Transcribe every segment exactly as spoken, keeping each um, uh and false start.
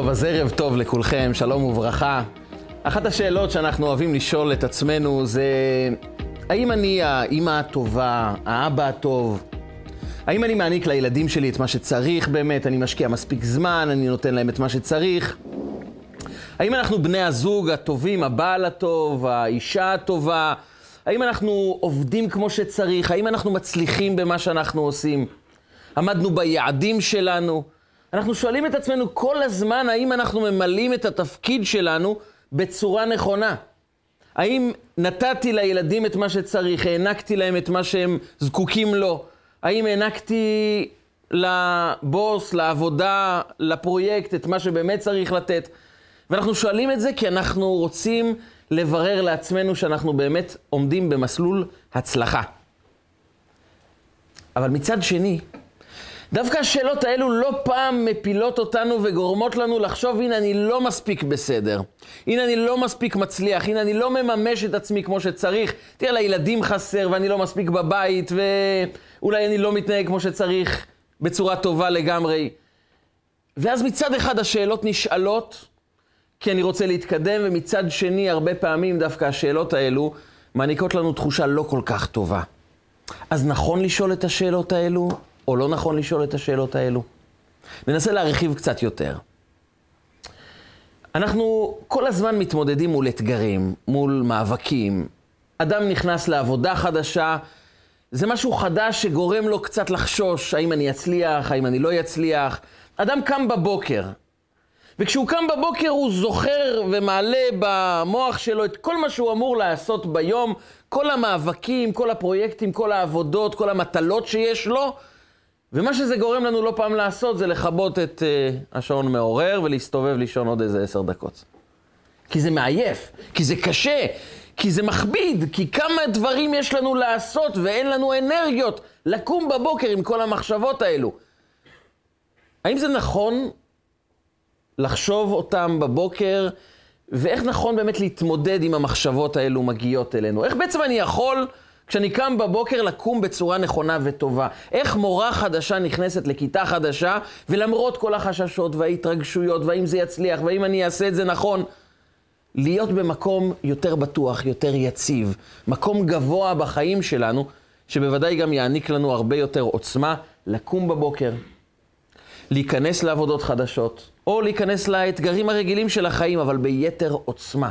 טוב, אז ערב טוב לכולכם, שלום וברכה. אחת השאלות שאנחנו אוהבים לשאול את עצמנו זה, האם אני האמא הטובה, האבא הטוב? האם אני מעניק לילדים שלי את מה שצריך באמת? אני משקיע מספיק זמן, אני נותן להם את מה שצריך? האם אנחנו בני הזוג הטובים, הבעל הטוב, האישה הטובה? האם אנחנו עובדים כמו שצריך? האם אנחנו מצליחים במה שאנחנו עושים? עמדנו ביעדים שלנו? אנחנו שואלים את עצמנו כל הזמן, האם אנחנו ממלאים את התפקיד שלנו בצורה נכונה? האם נתתי לילדים את מה שצריך, הענקתי להם את מה שהם זקוקים לו? האם הענקתי לבוס, לעבודה, לפרויקט, את מה שבאמת צריך לתת? ואנחנו שואלים את זה כי אנחנו רוצים לברר לעצמנו שאנחנו באמת עומדים במסלול הצלחה. אבל מצד שני, דווקא השאלות האלו לא פעם מפילות אותנו וגורמות לנו לחשוב, הנה אני לא מספיק בסדר, הנה אני לא מספיק מצליח, הנה אני לא מממש את עצמי כמו שצריך, תראה, לילדים חסר ואני לא מספיק בבית, ואולי אני לא מתנהג כמו שצריך בצורה טובה לגמרי. ואז מצד אחד השאלות נשאלות, כי אני רוצה להתקדם, ומצד שני הרבה פעמים דווקא השאלות האלו מעניקות לנו תחושה לא כל כך טובה. אז נכון לשאול את השאלות האלו? או לא נכון לשאול את השאלות האלו? ננסה להרחיב קצת יותר. אנחנו כל הזמן מתמודדים מול אתגרים, מול מאבקים. אדם נכנס לעבודה חדשה, זה משהו חדש שגורם לו קצת לחשוש, האם אני אצליח, האם אני לא אצליח. אדם קם בבוקר, וכשהוא קם בבוקר הוא זוכר ומעלה במוח שלו את כל מה שהוא אמור לעשות ביום, כל המאבקים, כל הפרויקטים, כל העבודות, כל המטלות שיש לו, ומה שזה גורם לנו לא פעם לעשות זה לכבות את uh, השעון מעורר ולהסתובב לישון עוד איזה עשר דקות. כי זה מעייף, כי זה קשה, כי זה מכביד, כי כמה דברים יש לנו לעשות ואין לנו אנרגיות לקום בבוקר עם כל המחשבות האלו. האם זה נכון לחשוב אותם בבוקר, ואיך נכון באמת להתמודד עם המחשבות האלו מגיעות אלינו? איך בעצם אני יכול, כשאני קם בבוקר, לקום בצורה נכונה וטובה? איך מורה חדשה נכנסת לכיתה חדשה, ולמרות כל החששות וההתרגשויות, והאם זה יצליח, והאם אני אעשה את זה נכון, להיות במקום יותר בטוח, יותר יציב, מקום גבוה בחיים שלנו, שבוודאי גם יעניק לנו הרבה יותר עוצמה, לקום בבוקר, להיכנס לעבודות חדשות, או להיכנס לאתגרים הרגילים של החיים, אבל ביתר עוצמה.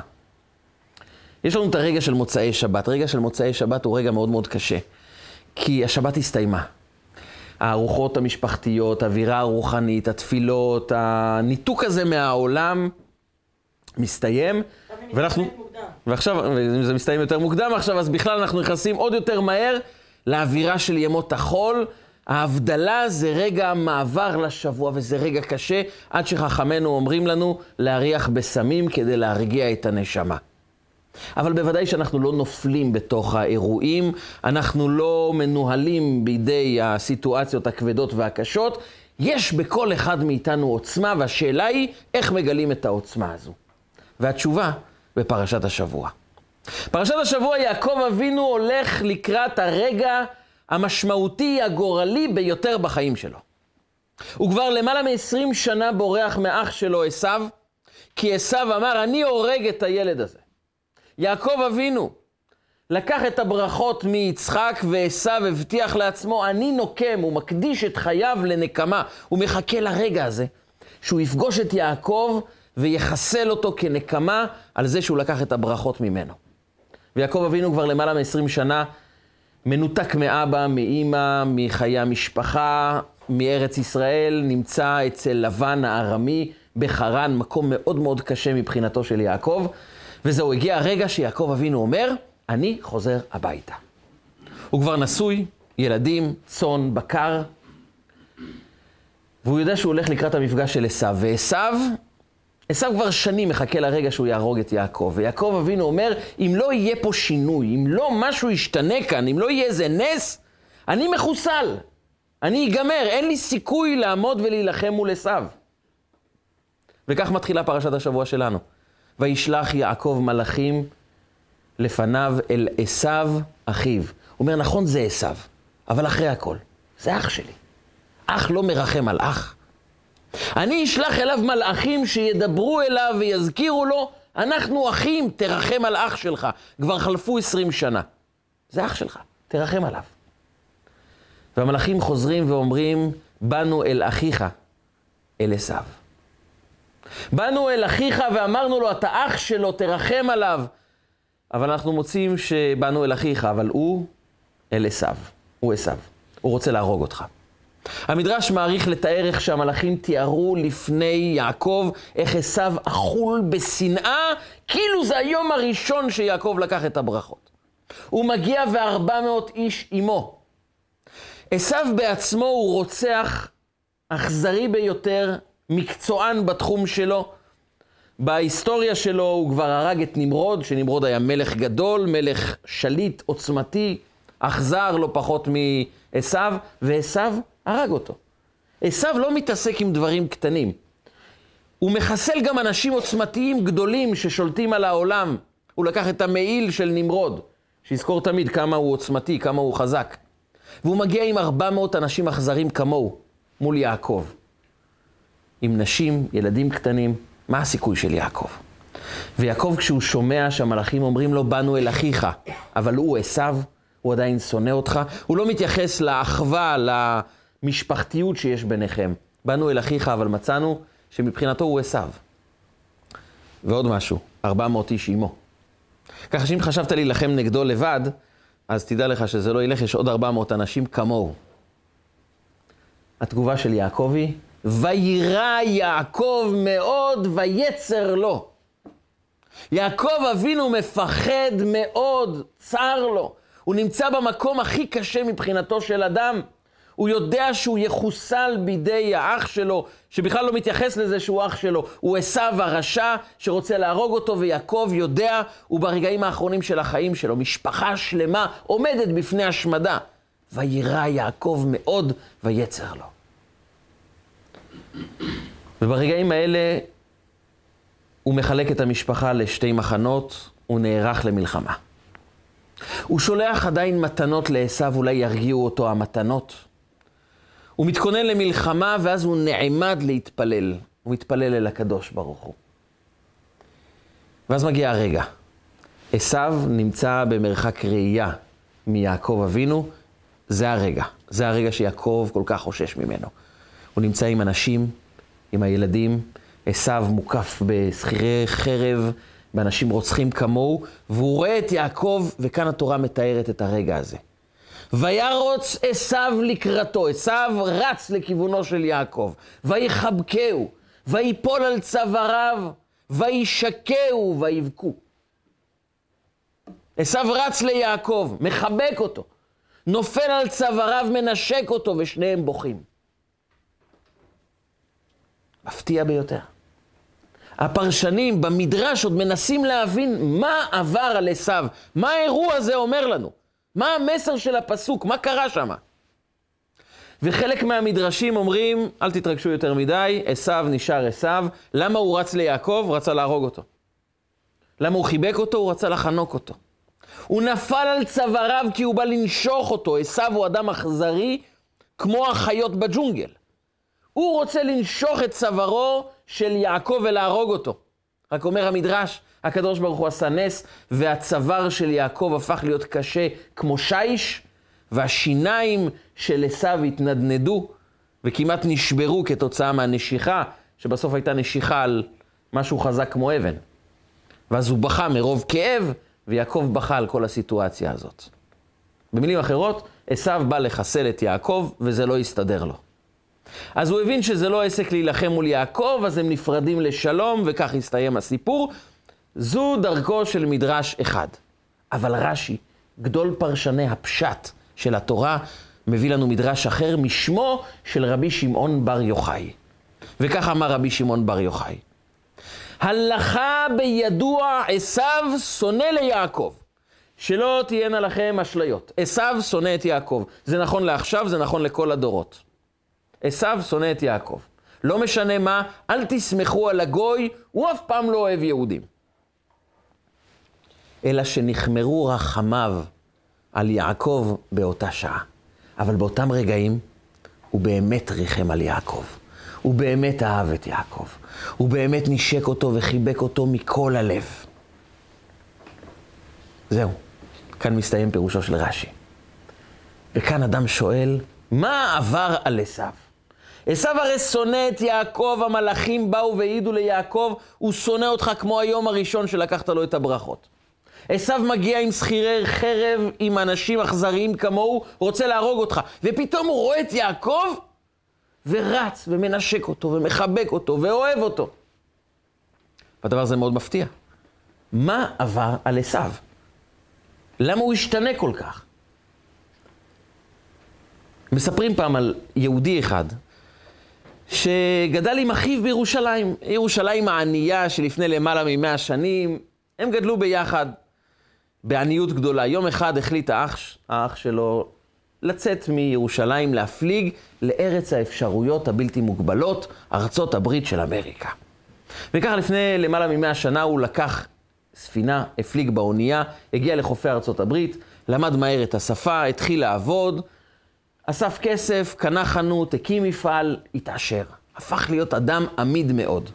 יש לנו את הרגע של מוצאי שבת. רגע של מוצאי שבת הוא רגע מאוד מאוד קשה, כי השבת הסתיימה. הארוחות המשפחתיות, האווירה הרוחנית, התפילות, הניתוק הזה מהעולם מסתיים. ואנחנו, ועכשיו, זה מסתיים יותר מוקדם עכשיו, אז בכלל אנחנו נכנסים עוד יותר מהר לאווירה של ימות החול. ההבדלה זה רגע מעבר לשבוע, וזה רגע קשה, עד שחכמנו אומרים לנו להריח בסמים כדי להרגיע את הנשמה. אבל בוודאי שאנחנו לא נופלים בתוך האירועים, אנחנו לא מנוהלים בידי הסיטואציות הכבדות והקשות. יש בכל אחד מאיתנו עוצמה, והשאלה היא איך מגלים את העוצמה הזו. והתשובה בפרשת השבוע. פרשת השבוע, יעקב אבינו הולך לקראת הרגע המשמעותי, הגורלי ביותר בחיים שלו. הוא כבר למעלה מ-עשרים שנה בורח מאח שלו עשיו, כי עשיו אמר, אני הורג את הילד הזה. יעקב אבינו לקח את הברכות מיצחק, ועשיו הבטיח לעצמו, אני נוקם, הוא מקדיש את חייו לנקמה. הוא מחכה לרגע הזה, שהוא יפגוש את יעקב ויחסל אותו כנקמה על זה שהוא לקח את הברכות ממנו. ויעקב אבינו כבר למעלה מ-עשרים שנה מנותק מאבא, מאמא, מחיי המשפחה, מארץ ישראל, נמצא אצל לבן הארמי בחרן, מקום מאוד מאוד קשה מבחינתו של יעקב. וזהו, הגיע הרגע שיעקב אבינו אומר, אני חוזר הביתה. הוא כבר נשוי, ילדים, צאן, בקר, והוא יודע שהוא הולך לקראת המפגש של עשיו. ועשיו, עשיו כבר שנים מחכה לרגע שהוא יהרוג את יעקב. ויעקב אבינו אומר, אם לא יהיה פה שינוי, אם לא משהו ישתנה כאן, אם לא יהיה איזה נס, אני מחוסל. אני אגמר, אין לי סיכוי לעמוד ולהילחם מול עשיו. וכך מתחילה פרשת השבוע שלנו. וישלח יעקב מלאכים לפניו אל עשיו אחיו. הוא אומר, נכון זה עשיו, אבל אחרי הכל, זה אח שלי. אח לא מרחם על אח. אני אשלח אליו מלאכים שידברו אליו ויזכירו לו, אנחנו אחים, תרחם על אח שלך. כבר חלפו עשרים שנה. זה אח שלך, תרחם עליו. והמלאכים חוזרים ואומרים, באנו אל אחיך, אל עשיו. באנו אל אחיך ואמרנו לו, אתה אח שלו, תרחם עליו. אבל אנחנו מוצאים שבאנו אל אחיך, אבל הוא אל עשיו. הוא עשיו. הוא רוצה להרוג אותך. המדרש מעריך לתאר איך שהמלאכים תיארו לפני יעקב, איך עשיו אכול בשנאה, כאילו זה היום הראשון שיעקב לקח את הברכות. הוא מגיע וארבע מאות איש עמו. עשיו בעצמו הוא רוצח אכזרי ביותר, מקצוען בתחום שלו. בהיסטוריה שלו הוא כבר הרג את נמרוד, שנמרוד היה מלך גדול, מלך שליט, עוצמתי, אכזר לא פחות מעשיו, ועשיו הרג אותו. עשיו לא מתעסק עם דברים קטנים. הוא מחסל גם אנשים עוצמתיים גדולים ששולטים על העולם. הוא לקח את המעיל של נמרוד, שיזכור תמיד כמה הוא עוצמתי, כמה הוא חזק. והוא מגיע עם ארבע מאות אנשים אכזרים כמוהו, מול יעקב. עם נשים, ילדים קטנים, מה הסיכוי של יעקב? ויעקב כשהוא שומע שהמלאכים אומרים לו, באנו אל אחיך, אבל הוא עשיו, הוא עדיין שונא אותך, הוא לא מתייחס לאחווה, למשפחתיות שיש ביניכם. באנו אל אחיך, אבל מצאנו שמבחינתו הוא עשיו. ועוד משהו, ארבע מאות איש עמו. ככה שאם חשבת להילחם נגדו לבד, אז תדע לך שזה לא ילך, יש עוד ארבע מאות אנשים כמוהו. התגובה של יעקב היא, וירא יעקב מאוד ויצר לו. יעקב אבינו מפחד מאוד, צר לו. הוא נמצא במקום הכי קשה מבחינתו של אדם. הוא יודע שהוא יחוסל בידי האח שלו, שבכלל לא מתייחס לזה שהוא אח שלו. הוא עשיו הרשע שרוצה להרוג אותו, ויעקב יודע, הוא ברגעים האחרונים של החיים שלו. משפחה שלמה עומדת בפני השמדה. וירא יעקב מאוד ויצר לו. וברגעים האלה הוא מחלק את המשפחה לשתי מחנות, הוא נערך למלחמה. הוא שולח עדיין מתנות לעשיו, אולי ירגיעו אותו המתנות. הוא מתכונן למלחמה ואז הוא נעמד להתפלל. הוא מתפלל אל הקדוש ברוך הוא. ואז מגיע הרגע. עשיו נמצא במרחק ראייה מיעקב אבינו. זה הרגע. זה הרגע שיעקב כל כך חושש ממנו. הוא נמצא עם אנשים, עם הילדים. עשיו מוקף בסחירי חרב, באנשים רוצחים כמוהו, והוא רואה את יעקב, וכאן התורה מתארת את הרגע הזה. וירוץ עשיו לקראתו, עשיו רץ לכיוונו של יעקב, ויחבקהו, ויפול על צוואריו, וישקהו, ויבכו. עשיו רץ ליעקב, מחבק אותו, נופל על צוואריו, מנשק אותו, ושניהם בוכים. מפתיע ביותר. הפרשנים במדרש עוד מנסים להבין מה עבר על עשיו, מה האירוע הזה אומר לנו, מה המסר של הפסוק, מה קרה שם. וחלק מהמדרשים אומרים, אל תתרגשו יותר מדי, עשיו נשאר עשיו. למה הוא רץ ליעקב? רצה להרוג אותו. למה הוא חיבק אותו? הוא רצה לחנוק אותו. הוא נפל על צוואריו כי הוא בא לנשוך אותו. עשיו הוא אדם אכזרי כמו החיות בג'ונגל. הוא רוצה לנשוך את צווארו של יעקב ולהרוג אותו. רק אומר המדרש, הקדוש ברוך הוא עשה נס, והצוואר של יעקב הפך להיות קשה כמו שיש, והשיניים של עשיו התנדנדו, וכמעט נשברו כתוצאה מהנשיכה, שבסוף הייתה נשיכה על משהו חזק כמו אבן. ואז הוא בכה מרוב כאב, ויעקב בכה על כל הסיטואציה הזאת. במילים אחרות, עשיו בא לחסל את יעקב, וזה לא יסתדר לו. אז הוא הבין שזה לא עסק להילחם מול יעקב, אז הם נפרדים לשלום, וכך הסתיים הסיפור. זו דרכו של מדרש אחד. אבל רש"י, גדול פרשני הפשט של התורה, מביא לנו מדרש אחר משמו של רבי שמעון בר יוחאי. וכך אמר רבי שמעון בר יוחאי. הלכה בידוע עשיו שונא ליעקב. שלא תהיינה לכם אשליות. עשיו שונא את יעקב. זה נכון לעכשיו, זה נכון לכל הדורות. עשיו שונא את יעקב. לא משנה מה, אל תסמכו על הגוי, הוא אף פעם לא אוהב יהודים. אלא שנחמרו רחמיו על יעקב באותה שעה. אבל באותם רגעים הוא באמת ריחם על יעקב. הוא באמת אהב את יעקב. הוא באמת נשק אותו וחיבק אותו מכל הלב. זהו. כאן מסתיים פירושו של רש"י. וכאן אדם שואל, מה עבר על עשיו? עשיו הרי שונא את יעקב, המלאכים באו והעידו ליעקב, הוא שונא אותך כמו היום הראשון שלקחת לו את הברכות. עשיו מגיע עם שכירי חרב, עם אנשים אכזריים כמוהו, רוצה להרוג אותך. ופתאום הוא רואה את יעקב, ורץ ומנשק אותו, ומחבק אותו, ואוהב אותו. והדבר הזה מאוד מפתיע. מה עבר על עשיו? למה הוא השתנה כל כך? מספרים פעם על יהודי אחד, שגדל עם אחיו בירושלים. ירושלים הענייה שלפני למעלה ממאה שנים, הם גדלו ביחד, בעניות גדולה. יום אחד החליט האח, האח שלו לצאת מירושלים, להפליג לארץ האפשרויות הבלתי מוגבלות, ארצות הברית של אמריקה. וכך לפני למעלה ממאה שנה הוא לקח ספינה, הפליג באונייה, הגיע לחופי ארצות הברית, למד מהר את השפה, התחיל לעבוד, אסף כסף, קנה חנות, הקים מפעל, התעשר. הפך להיות אדם עמיד מאוד.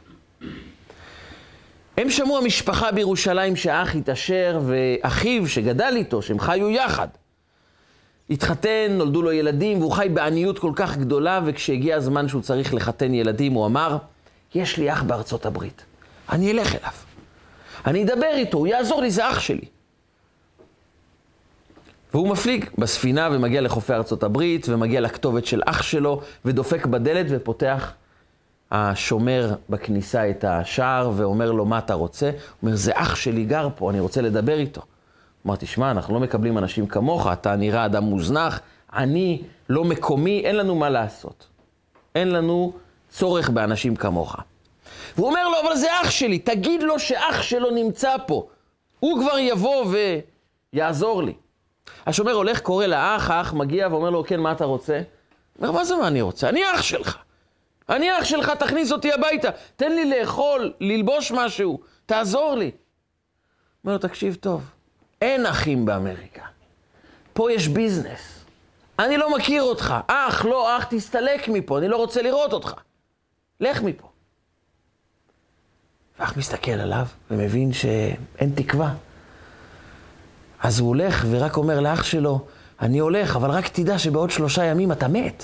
הם שמעו המשפחה בירושלים שהאח התעשר, ואחיו שגדל איתו, שהם חיו יחד. התחתן, נולדו לו ילדים, והוא חי בעניות כל כך גדולה, וכשהגיע הזמן שהוא צריך לחתן ילדים, הוא אמר, יש לי אח בארצות הברית. אני אלך אליו. אני אדבר איתו, הוא יעזור לי, זה אח שלי. והוא מפליג בספינה ומגיע לחופי ארצות הברית, ומגיע לכתובת של אח שלו, ודופק בדלת ופותח השומר בכניסה את השער, ואומר לו, מה אתה רוצה? הוא אומר, זה אח שלי גר פה, אני רוצה לדבר איתו. הוא אומר, תשמע, אנחנו לא מקבלים אנשים כמוך, אתה נראה אדם מוזנח, אני לא מקומי, אין לנו מה לעשות. אין לנו צורך באנשים כמוך. והוא אומר לו, אבל זה אח שלי, תגיד לו שאח שלו נמצא פה. הוא כבר יבוא ויעזור לי. השומר הולך, קורא לאח, האח מגיע ואומר לו, כן, מה אתה רוצה? הוא אומר, מה זה מה אני רוצה? אני אח שלך. אני אח שלך, תכניס אותי הביתה. תן לי לאכול, ללבוש משהו, תעזור לי. אומר לו, תקשיב טוב, אין אחים באמריקה. פה יש ביזנס. אני לא מכיר אותך. אח, לא אח, תסתלק מפה, אני לא רוצה לראות אותך. לך מפה. ואח מסתכל עליו ומבין שאין תקווה. אז הוא הולך ורק אומר לאח שלו, אני הולך, אבל רק תדע שבעוד שלושה ימים אתה מת.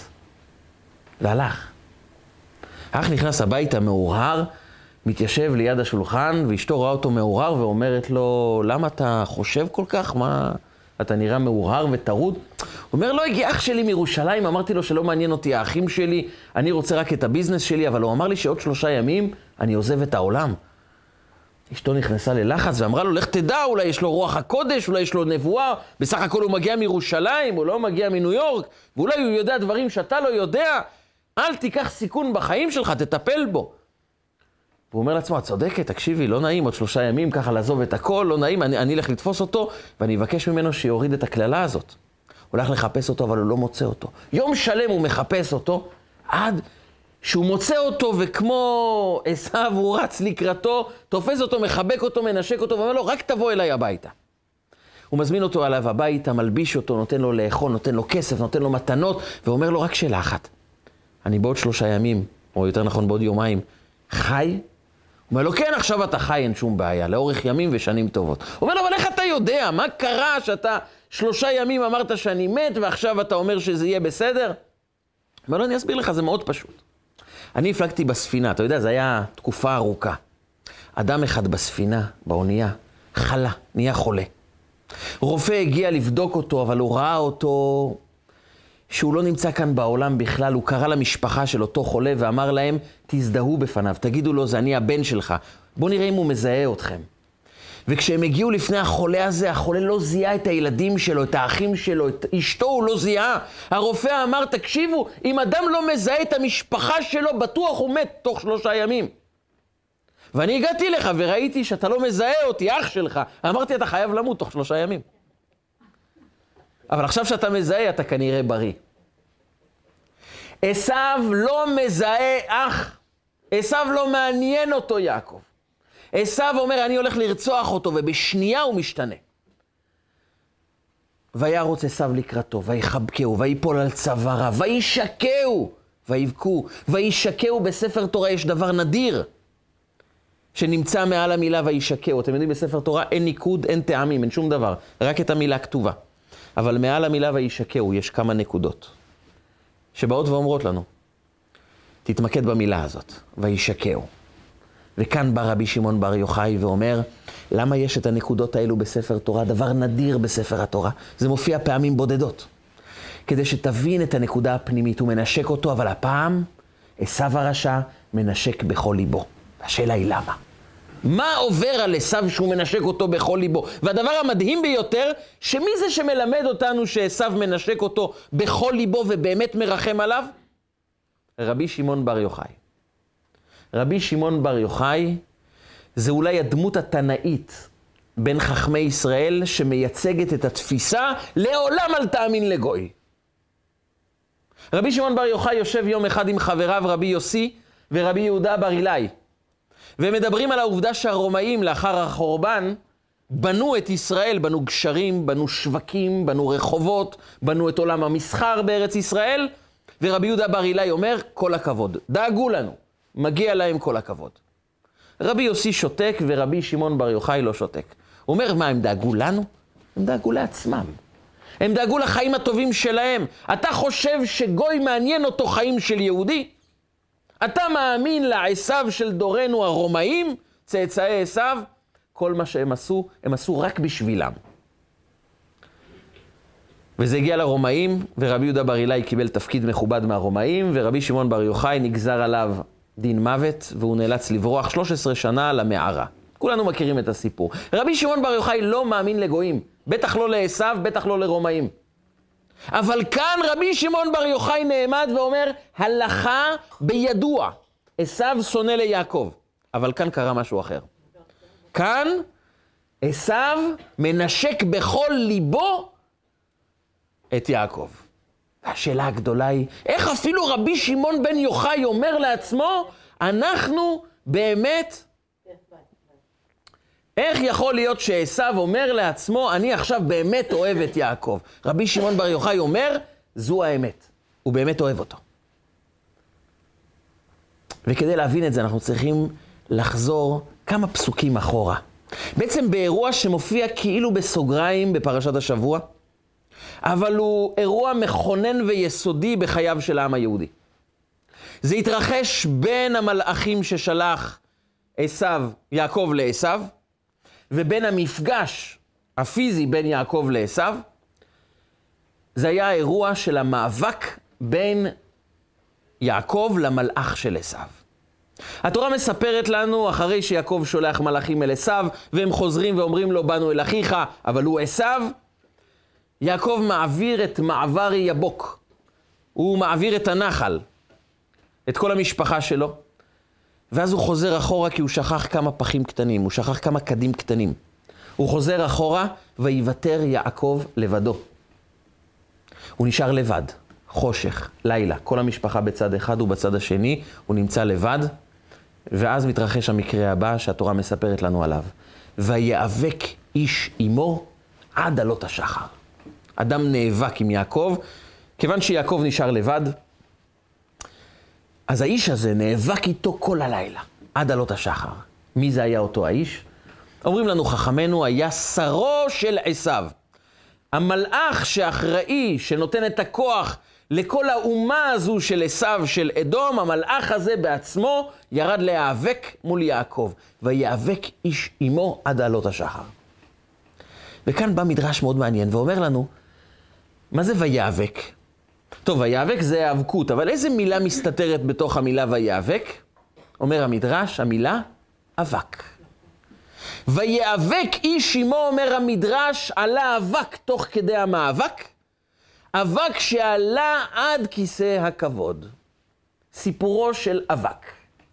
והלך. האח נכנס הביתה מאורהר, מתיישב ליד השולחן, ואשתו רואה אותו מאורהר ואומרת לו, למה אתה חושב כל כך? מה? אתה נראה מאורהר וטרוד? הוא אומר, לא, הגיע אח שלי מירושלים, אמרתי לו שלא מעניין אותי האחים שלי, אני רוצה רק את הביזנס שלי, אבל הוא אמר לי שעוד שלושה ימים אני עוזב את העולם. אשתו נכנסה ללחץ ואמרה לו, לך תדע, אולי יש לו רוח הקודש, אולי יש לו נבואה, בסך הכל הוא מגיע מירושלים, הוא לא מגיע מניו יורק, ואולי הוא יודע דברים שאתה לא יודע, אל תיקח סיכון בחיים שלך, תטפל בו. והוא אומר לעצמו, את צודקת, תקשיבי, לא נעים, עוד שלושה ימים ככה לעזוב את הכל, לא נעים, אני, אני אלך לתפוס אותו, ואני אבקש ממנו שיוריד את הכללה הזאת. הוא הולך לחפש אותו, אבל הוא לא מוצא אותו. יום שלם הוא מחפש אותו, עד שהוא מוצא אותו, וכמו עשיו הוא רץ לקראתו, תופס אותו, מחבק אותו, מנשק אותו, ואומר לו, רק תבוא אליי הביתה. הוא מזמין אותו עליו הביתה, מלביש אותו, נותן לו לאכול, נותן לו כסף, נותן לו מתנות, ואומר לו רק שאלה אחת. אני בעוד שלושה ימים, או יותר נכון בעוד יומיים, חי? הוא אומר לו, כן, עכשיו אתה חי, אין שום בעיה, לאורך ימים ושנים טובות. הוא אומר לו, אבל איך אתה יודע? מה קרה שאתה שלושה ימים אמרת שאני מת, ועכשיו אתה אומר שזה יהיה בסדר? הוא אומר לו, אני אסביר לך, זה מאוד פשוט. אני הפלגתי בספינה, אתה יודע, זה היה תקופה ארוכה. אדם אחד בספינה, באונייה, חלה, נהיה חולה. רופא הגיע לבדוק אותו, אבל הוא ראה אותו שהוא לא נמצא כאן בעולם בכלל. הוא קרא למשפחה של אותו חולה ואמר להם, תזדהו בפניו, תגידו לו, זה אני הבן שלך. בואו נראה אם הוא מזהה אתכם. וכשהם הגיעו לפני החולה הזה, החולה לא זיהה את הילדים שלו, את האחים שלו, את אשתו הוא לא זיהה. הרופא אמר, תקשיבו, אם אדם לא מזהה את המשפחה שלו, בטוח הוא מת תוך שלושה ימים. ואני הגעתי לך וראיתי שאתה לא מזהה אותי, אח שלך. אמרתי, אתה חייב למות תוך שלושה ימים. אבל עכשיו שאתה מזהה, אתה כנראה בריא. עשיו לא מזהה אח. עשיו לא מעניין אותו יעקב. עשיו אומר, אני הולך לרצוח אותו, ובשנייה הוא משתנה. וירוץ עשיו לקראתו, ויחבקהו, ויפול על צוואריו, וישקהו. ויבכו, וישקעו. בספר תורה יש דבר נדיר שנמצא מעל המילה וישקעו. אתם יודעים, בספר תורה אין ניקוד, אין טעמים, אין שום דבר, רק את המילה כתובה. אבל מעל המילה וישקעו יש כמה נקודות שבאות ואומרות לנו, תתמקד במילה הזאת, וישקעו. וכאן בא רבי שמעון בר יוחאי ואומר, למה יש את הנקודות האלו בספר תורה? דבר נדיר בספר התורה. זה מופיע פעמים בודדות. כדי שתבין את הנקודה הפנימית, הוא מנשק אותו, אבל הפעם עשיו הרשע מנשק בכל ליבו. השאלה היא למה? מה עובר על עשיו שהוא מנשק אותו בכל ליבו? והדבר המדהים ביותר, שמי זה שמלמד אותנו שעשיו מנשק אותו בכל ליבו ובאמת מרחם עליו? רבי שמעון בר יוחאי. רבי שמעון בר יוחאי זה אולי הדמות התנאית בין חכמי ישראל שמייצגת את התפיסה לעולם אל תאמין לגוי. רבי שמעון בר יוחאי יושב יום אחד עם חבריו רבי יוסי ורבי יהודה בר אילאי, ומדברים על העובדה שהרומאים לאחר החורבן בנו את ישראל, בנו גשרים, בנו שווקים, בנו רחובות, בנו את עולם המסחר בארץ ישראל, ורבי יהודה בר אילאי אומר, כל הכבוד, דאגו לנו, מגיע להם כל הכבוד. רבי יוסי שותק ורבי שמעון בר יוחאי לא שותק. הוא אומר, מה, הם דאגו לנו? הם דאגו לעצמם. הם דאגו לחיים הטובים שלהם. אתה חושב שגוי מעניין אותו חיים של יהודי? אתה מאמין לעשיו של דורנו הרומאים, צאצאי עשיו? כל מה שהם עשו, הם עשו רק בשבילם. וזה הגיע לרומאים, ורבי יהודה בר אילאי קיבל תפקיד מכובד מהרומאים, ורבי שמעון בר יוחאי נגזר עליו דין מוות, והוא נאלץ לברוח שלוש עשרה שנה למערה. כולנו מכירים את הסיפור. רבי שמעון בר יוחאי לא מאמין לגויים, בטח לא לעשיו, בטח לא לרומאים. אבל כאן רבי שמעון בר יוחאי נעמד ואומר, הלכה בידוע, עשיו שונא ליעקב. אבל כאן קרה משהו אחר. כאן עשיו מנשק בכל ליבו את יעקב. והשאלה הגדולה היא, איך אפילו רבי שמעון בן יוחאי אומר לעצמו, אנחנו באמת, איך יכול להיות שעשיו אומר לעצמו, אני עכשיו באמת אוהב את יעקב? רבי שמעון בר יוחאי אומר, זו האמת. הוא באמת אוהב אותו. וכדי להבין את זה, אנחנו צריכים לחזור כמה פסוקים אחורה. בעצם באירוע שמופיע כאילו בסוגריים בפרשת השבוע, אבל הוא אירוע מכונן ויסודי בחייו של העם היהודי. זה התרחש בין המלאכים ששלח עשיו, יעקב לעשיו, ובין המפגש הפיזי בין יעקב לעשיו, זה היה האירוע של המאבק בין יעקב למלאך של עשיו. התורה מספרת לנו, אחרי שיעקב שולח מלאכים אל עשיו, והם חוזרים ואומרים לו, באנו אל אחיך, אבל הוא עשיו, יעקב מעביר את מעבר יבוק. הוא מעביר את הנחל, את כל המשפחה שלו, ואז הוא חוזר אחורה כי הוא שכח כמה פחים קטנים, הוא שכח כמה קדים קטנים. הוא חוזר אחורה ויוותר יעקב לבדו. הוא נשאר לבד, חושך, לילה, כל המשפחה בצד אחד ובצד השני, הוא נמצא לבד, ואז מתרחש המקרה הבא שהתורה מספרת לנו עליו. ויאבק איש עמו עד עלות השחר. אדם נאבק עם יעקב, כיוון שיעקב נשאר לבד, אז האיש הזה נאבק איתו כל הלילה, עד עלות השחר. מי זה היה אותו האיש? אומרים לנו חכמנו, היה שרו של עשיו. המלאך שאחראי, שנותן את הכוח לכל האומה הזו של עשיו, של אדום, המלאך הזה בעצמו ירד להיאבק מול יעקב, ויאבק איש עמו עד עלות השחר. וכאן בא מדרש מאוד מעניין ואומר לנו, מה זה ויאבק? טוב, ויאבק זה היאבקות, אבל איזה מילה מסתתרת בתוך המילה ויאבק? אומר המדרש, המילה אבק. ויאבק איש עמו, אומר המדרש, עלה אבק תוך כדי המאבק, אבק שעלה עד כיסא הכבוד. סיפורו של אבק.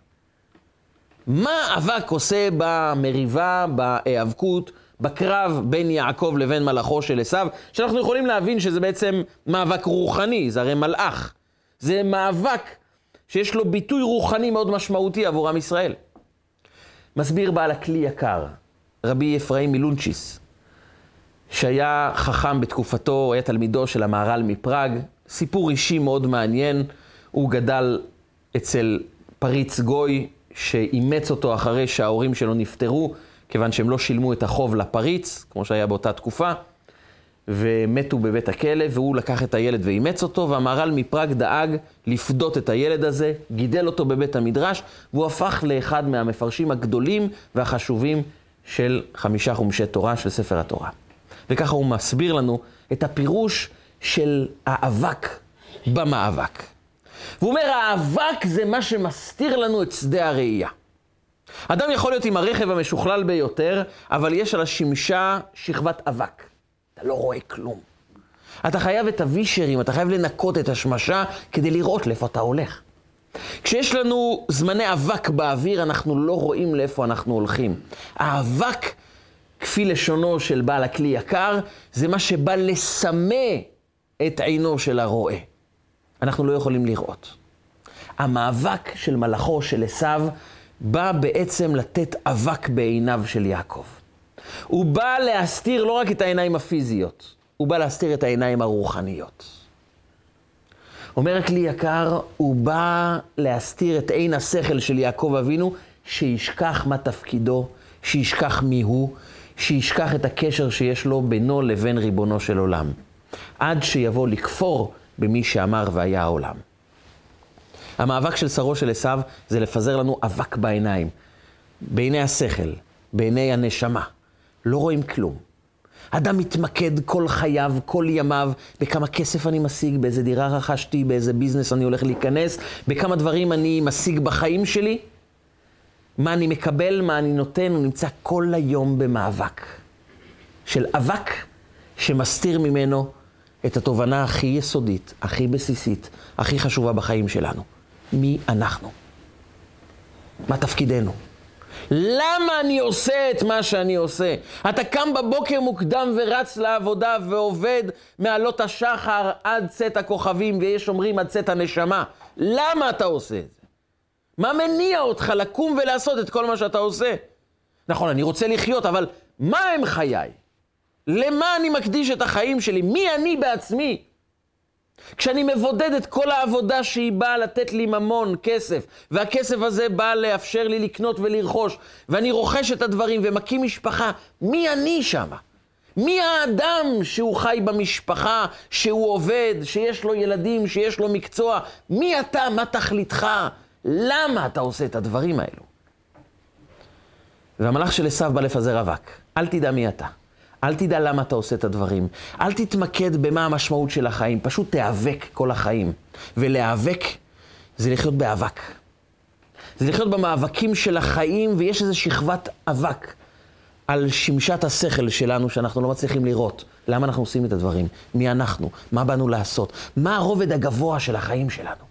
מה אבק עושה במריבה, בהיאבקות, בקרב בין יעקב לבין מלאכו של עשיו, שאנחנו יכולים להבין שזה בעצם מאבק רוחני, זה הרי מלאך. זה מאבק שיש לו ביטוי רוחני מאוד משמעותי עבור עם ישראל. מסביר בעל הכלי יקר, רבי אפרים מלונצ'יס, שהיה חכם בתקופתו, היה תלמידו של המהר"ל מפראג, סיפור אישי מאוד מעניין. הוא גדל אצל פריץ גוי שאימץ אותו אחרי שההורים שלו נפטרו, כיוון שהם לא שילמו את החוב לפריץ, כמו שהיה באותה תקופה, ומתו בבית הכלא, והוא לקח את הילד ואימץ אותו, והמהר"ל מפראג דאג לפדות את הילד הזה, גידל אותו בבית המדרש, והוא הפך לאחד מהמפרשים הגדולים והחשובים של חמישה חומשי תורה של ספר התורה. וככה הוא מסביר לנו את הפירוש של האבק במאבק. והוא אומר, האבק זה מה שמסתיר לנו את שדה הראייה. אדם יכול להיות עם הרכב המשוכלל ביותר, אבל יש על השמשה שכבת אבק. אתה לא רואה כלום. אתה חייב את הווישרים, אתה חייב לנקות את השמשה כדי לראות לאיפה אתה הולך. כשיש לנו זמני אבק באוויר, אנחנו לא רואים לאיפה אנחנו הולכים. האבק, כפי לשונו של בעל הכלי יקר, זה מה שבא לסמא את עינו של הרועה. אנחנו לא יכולים לראות. המאבק של מלאכו של עשיו בא בעצם לתת אבק בעיניו של יעקב. הוא בא להסתיר לא רק את העיניים הפיזיות, הוא בא להסתיר את העיניים הרוחניות. אומר הכלי יקר, הוא בא להסתיר את עין השכל של יעקב אבינו, שישכח מה תפקידו, שישכח מי הוא, שישכח את הקשר שיש לו בינו לבין ריבונו של עולם. עד שיבוא לכפור במי שאמר והיה העולם. המאבק של שרו של עשיו זה לפזר לנו אבק בעיניים, בעיני השכל, בעיני הנשמה. לא רואים כלום. אדם מתמקד כל חייו, כל ימיו, בכמה כסף אני משיג, באיזה דירה רכשתי, באיזה ביזנס אני הולך להיכנס, בכמה דברים אני משיג בחיים שלי. מה אני מקבל, מה אני נותן, הוא נמצא כל היום במאבק. של אבק שמסתיר ממנו את התובנה הכי יסודית, הכי בסיסית, הכי חשובה בחיים שלנו. מי אנחנו? מה תפקידנו? למה אני עושה את מה שאני עושה? אתה קם בבוקר מוקדם ורץ לעבודה ועובד מעלות השחר עד צאת הכוכבים, ויש אומרים עד צאת הנשמה. למה אתה עושה את זה? מה מניע אותך לקום ולעשות את כל מה שאתה עושה? נכון, אני רוצה לחיות, אבל מה הם חיי? למה אני מקדיש את החיים שלי? מי אני בעצמי? כשאני מבודד את כל העבודה שהיא באה לתת לי ממון, כסף, והכסף הזה בא לאפשר לי לקנות ולרכוש, ואני רוכש את הדברים ומקים משפחה, מי אני שמה? מי האדם שהוא חי במשפחה, שהוא עובד, שיש לו ילדים, שיש לו מקצוע? מי אתה? מה תכליתך? למה אתה עושה את הדברים האלו? והמלאך של עשיו בא לפזר אבק. אל תדע מי אתה. אל תדע למה אתה עושה את הדברים. אל תתמקד במה המשמעות של החיים. פשוט תיאבק כל החיים. ולהיאבק זה לחיות באבק. זה לחיות במאבקים של החיים, ויש איזו שכבת אבק על שמשת השכל שלנו שאנחנו לא מצליחים לראות. למה אנחנו עושים את הדברים? מי אנחנו? מה באנו לעשות? מה הרובד הגבוה של החיים שלנו?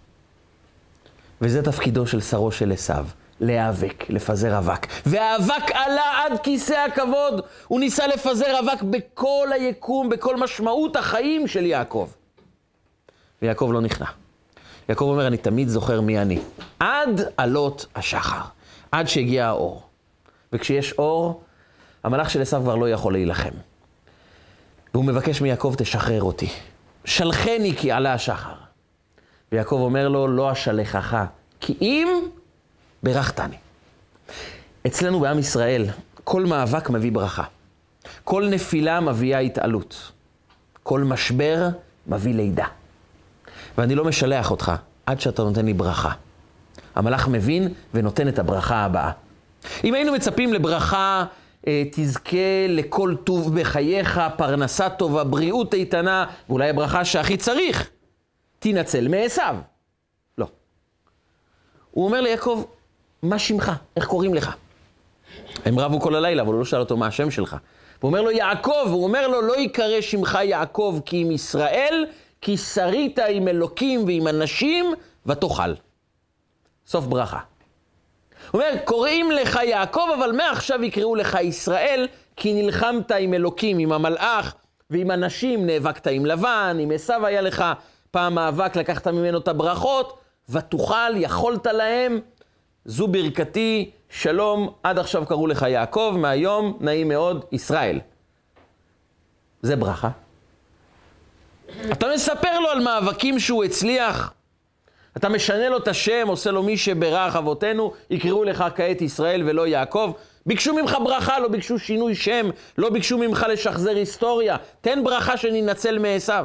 וזה תפקידו של שרו של עשיו. להיאבק, לפזר אבק. והאבק עלה עד כיסא הכבוד. הוא ניסה לפזר אבק בכל היקום, בכל משמעות החיים של יעקב. ויעקב לא נכנע. יעקב אומר, אני תמיד זוכר מי אני. עד עלות השחר. עד שהגיע האור. וכשיש אור, המלאך של עשיו כבר לא יכול להילחם. והוא מבקש מיעקב, תשחרר אותי. שלחני כי עלה השחר. ויעקב אומר לו, לא אשלחך, כי אם ברכתני. אצלנו בעם ישראל, כל מאבק מביא ברכה. כל נפילה מביאה התעלות. כל משבר מביא לידה. ואני לא משלח אותך עד שאתה נותן לי ברכה. המלאך מבין ונותן את הברכה הבאה. אם היינו מצפים לברכה, תזכה לכל טוב בחייך, פרנסה טובה, בריאות איתנה, ואולי הברכה שהכי צריך, תנצל מעשיו. לא. הוא אומר ליעקב, מה שמך? איך קוראים לך? הם רבו כל הלילה, אבל הוא לא שאל אותו מה השם שלך. הוא אומר לו יעקב, הוא אומר לו לא יקרא שמך יעקב כי עם ישראל, כי שרית עם אלוקים ועם אנשים ותאכל. סוף ברכה. הוא אומר, קוראים לך יעקב, אבל מעכשיו יקראו לך ישראל, כי נלחמת עם אלוקים, עם המלאך ועם אנשים, נאבקת עם לבן, עם עשיו היה לך פעם מאבק, לקחת ממנו את הברכות, ותאכל, יכולת להם, זו ברכתי, שלום, עד עכשיו קראו לך יעקב, מהיום נעים מאוד, ישראל. זה ברכה. אתה מספר לו על מאבקים שהוא הצליח, אתה משנה לו את השם, עושה לו מי שברך אבותינו, יקראו לך כעת ישראל ולא יעקב. ביקשו ממך ברכה, לא ביקשו שינוי שם, לא ביקשו ממך לשחזר היסטוריה. תן ברכה שננצל מעשיו.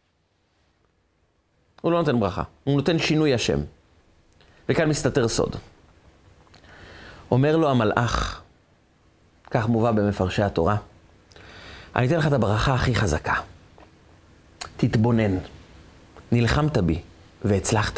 הוא לא נותן ברכה, הוא נותן שינוי השם. וכאן מסתתר סוד. אומר לו המלאך, כך מובא במפרשי התורה, אני אתן לך את הברכה הכי חזקה. תתבונן. נלחמת בי והצלחת.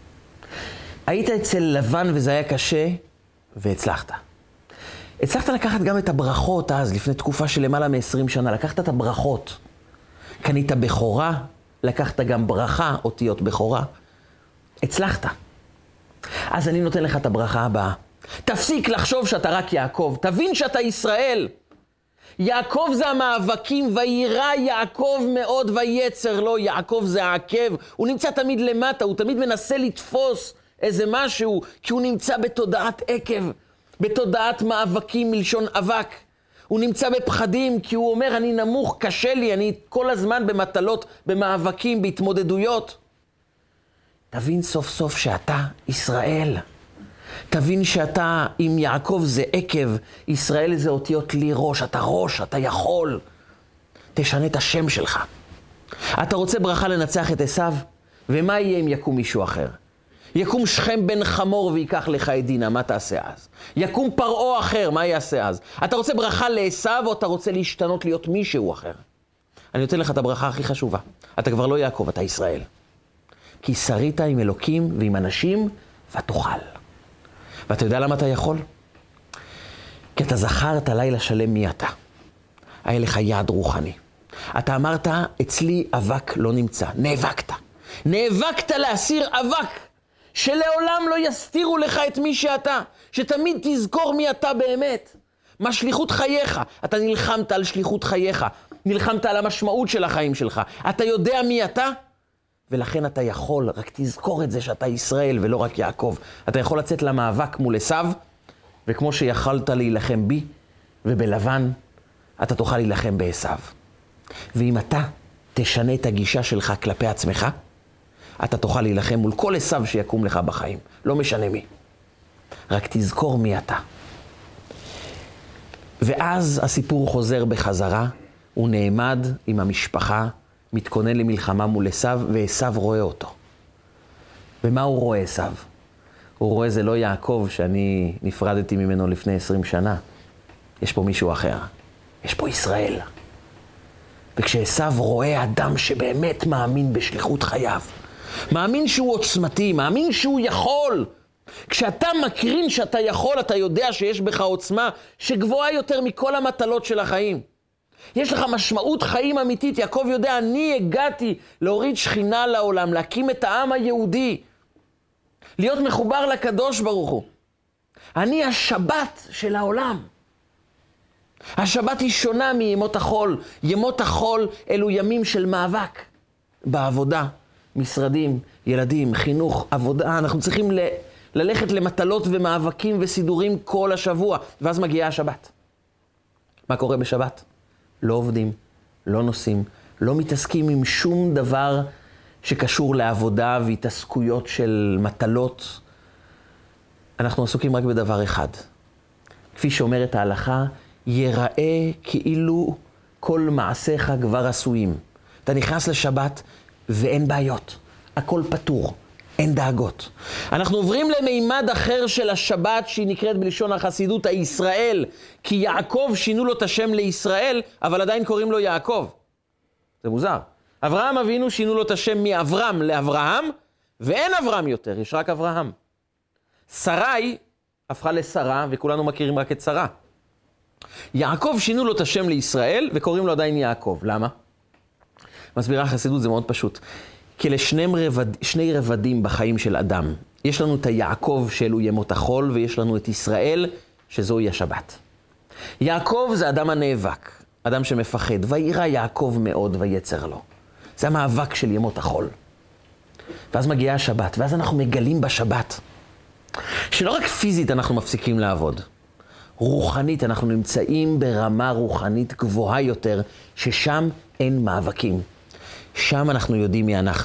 היית אצל לבן וזה היה קשה והצלחת. הצלחת לקחת גם את הברכות אז, לפני תקופה של למעלה מ-עשרים שנה. לקחת את הברכות. קנית בכורה, לקחת גם ברכה, אותיות בכורה. הצלחת. אז אני נותן לך את הברכה הבאה. תפסיק לחשוב שאתה רק יעקב. תבין שאתה ישראל. יעקב זה המאבקים, וירא יעקב מאוד ויצר לו. יעקב זה העקב. הוא נמצא תמיד למטה, הוא תמיד מנסה לתפוס איזה משהו, כי הוא נמצא בתודעת עקב, בתודעת מאבקים מלשון אבק. הוא נמצא בפחדים, כי הוא אומר, אני נמוך, קשה לי, אני כל הזמן במטלות, במאבקים, בהתמודדויות. תבין סוף סוף שאתה ישראל. תבין שאתה, אם יעקב זה עקב, ישראל זה אותיות לי ראש, אתה ראש, אתה יכול. תשנה את השם שלך. אתה רוצה ברכה לנצח את עשיו? ומה יהיה אם יקום מישהו אחר? יקום שכם בן חמור ויקח לך את דינה, מה תעשה אז? יקום פרעה אחר, מה יעשה אז? אתה רוצה ברכה לעשיו או אתה רוצה להשתנות להיות מישהו אחר? אני נותן לך את הברכה הכי חשובה. אתה כבר לא יעקב, אתה ישראל. כי שרית עם אלוקים ועם אנשים ותאכל. ואתה יודע למה אתה יכול? כי אתה זכרת לילה שלם מי אתה. היה לך יד רוחני. אתה אמרת, אצלי אבק לא נמצא. נאבקת. נאבקת להסיר אבק. שלעולם לא יסתירו לך את מי שאתה. שתמיד תזכור מי אתה באמת. מה שליחות חייך. אתה נלחמת על שליחות חייך. נלחמת על המשמעות של החיים שלך. אתה יודע מי אתה? ולכן אתה יכול, רק תזכור את זה שאתה ישראל ולא רק יעקב. אתה יכול לצאת למאבק מול עשיו, וכמו שיכלת להילחם בי ובלבן, אתה תוכל להילחם בעשיו. ואם אתה תשנה את הגישה שלך כלפי עצמך, אתה תוכל להילחם מול כל עשיו שיקום לך בחיים. לא משנה מי. רק תזכור מי אתה. ואז הסיפור חוזר בחזרה, הוא נעמד עם המשפחה, מתכונן למלחמה מול עשיו, ועשיו רואה אותו. ומה הוא רואה עשיו? הוא רואה זה לא יעקב שאני נפרדתי ממנו לפני עשרים שנה. יש פה מישהו אחר. יש פה ישראל. וכשעשיו רואה אדם שבאמת מאמין בשליחות חייו, מאמין שהוא עוצמתי, מאמין שהוא יכול. כשאתה מקרין שאתה יכול, אתה יודע שיש בך עוצמה שגבוהה יותר מכל המטלות של החיים. יש לך משמעות חיים אמיתית. יעקב יודע, אני הגעתי להוריד שכינה לעולם, להקים את העם היהודי, להיות מחובר לקדוש ברוך הוא. אני השבת של העולם. השבת היא שונה מימות החול. ימות החול אלו ימים של מאבק. בעבודה, משרדים, ילדים, חינוך, עבודה. אנחנו צריכים ל- ללכת למטלות ומאבקים וסידורים כל השבוע. ואז מגיעה השבת. מה קורה בשבת? לא עובדים, לא נוסעים, לא מתעסקים עם שום דבר שקשור לעבודה והתעסקויות של מטלות. אנחנו עסוקים רק בדבר אחד. כפי שאומרת ההלכה, ייראה כאילו כל מעשיך כבר עשויים. אתה נכנס לשבת ואין בעיות, הכל פתור, אין דאגות. אנחנו עוברים למימד אחר של השבת שהיא נקראת בלשון החסידות הישראל, כי יעקב שינו לו את השם לישראל, אבל עדיין קוראים לו יעקב. זה מוזר. אברהם אבינו שינו לו את השם מאברהם לאברהם, ואין אברהם יותר, יש רק אברהם. שרי הפכה לשרה, וכולנו מכירים רק את שרה. יעקב שינו לו את השם לישראל, וקוראים לו עדיין יעקב. למה? מסבירה החסידות, זה מאוד פשוט. כי לשני רבד, שני רבדים בחיים של אדם. יש לנו את היעקב שאלו ימות החול, ויש לנו את ישראל שזוהי השבת. יעקב זה אדם הנאבק, אדם שמפחד, וירא יעקב מאוד ויצר לו. זה המאבק של ימות החול. ואז מגיעה השבת, ואז אנחנו מגלים בשבת, שלא רק פיזית אנחנו מפסיקים לעבוד, רוחנית אנחנו נמצאים ברמה רוחנית גבוהה יותר, ששם אין מאבקים. שם אנחנו יודעים מי אנחנו.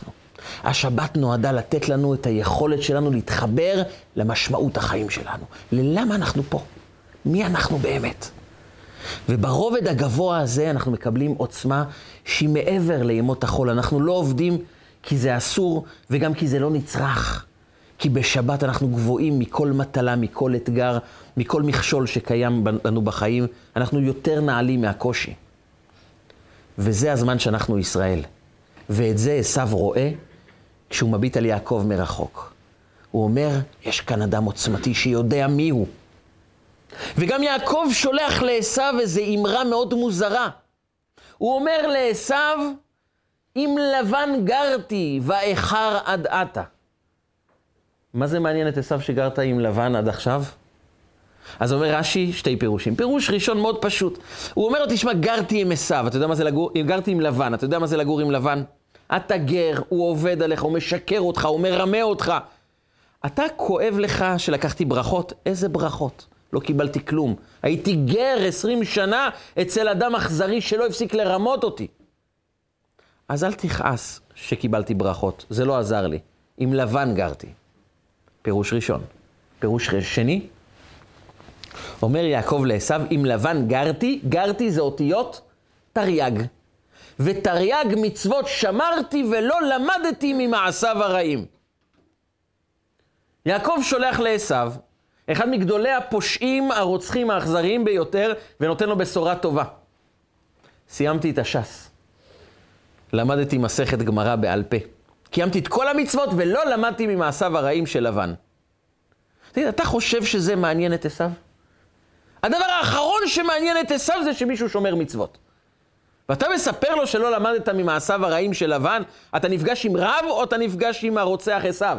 השבת נועדה לתת לנו את היכולת שלנו להתחבר למשמעות החיים שלנו. ללמה אנחנו פה? מי אנחנו באמת? וברובד הגבוה הזה אנחנו מקבלים עוצמה שהיא מעבר לימות החול. אנחנו לא עובדים כי זה אסור וגם כי זה לא נצרך. כי בשבת אנחנו גבוהים מכל מטלה, מכל אתגר, מכל מכשול שקיים לנו בחיים. אנחנו יותר נעלים מהקושי. וזה הזמן שאנחנו ישראל. ואת זה עשיו רואה כשהוא מביט על יעקב מרחוק. הוא אומר, יש כאן אדם עוצמתי שיודע מי הוא. וגם יעקב שולח לעשיו איזו אמרה מאוד מוזרה. הוא אומר לעשיו, אם לבן גרתי ואיחר עד עתה. מה זה מעניין את עשיו שגרת עם לבן עד עכשיו? אז אומר רש"י שתי פירושים. פירוש ראשון מאוד פשוט. הוא אומר לו, תשמע, גרתי עם עשיו. אתה יודע מה זה לגור? גרתי עם לבן. אתה יודע מה זה לגור עם לבן? אתה גר, הוא עובד עליך, הוא משקר אותך, הוא מרמה אותך. אתה כואב לך שלקחתי ברכות? איזה ברכות? לא קיבלתי כלום. הייתי גר עשרים שנה אצל אדם אכזרי שלא הפסיק לרמות אותי. אז אל תכעס שקיבלתי ברכות. זה לא עזר לי. עם לבן גרתי. פירוש ראשון. פירוש שני. אומר יעקב לעשיו, עם לבן גרתי, גרתי זה אותיות תרי"ג. ותרי"ג מצוות שמרתי ולא למדתי ממעשיו הרעים. יעקב שולח לעשיו, אחד מגדולי הפושעים הרוצחים האכזריים ביותר, ונותן לו בשורה טובה. סיימתי את הש"ס. למדתי מסכת גמרא בעל פה. קיימתי את כל המצוות ולא למדתי ממעשיו הרעים של לבן. אתה חושב שזה מעניין את עשיו? הדבר האחרון שמעניין את עשיו זה שמישהו שומר מצוות. ואתה מספר לו שלא למדת ממעשיו הרעים של לבן, אתה נפגש עם רב או אתה נפגש עם הרוצח עשיו?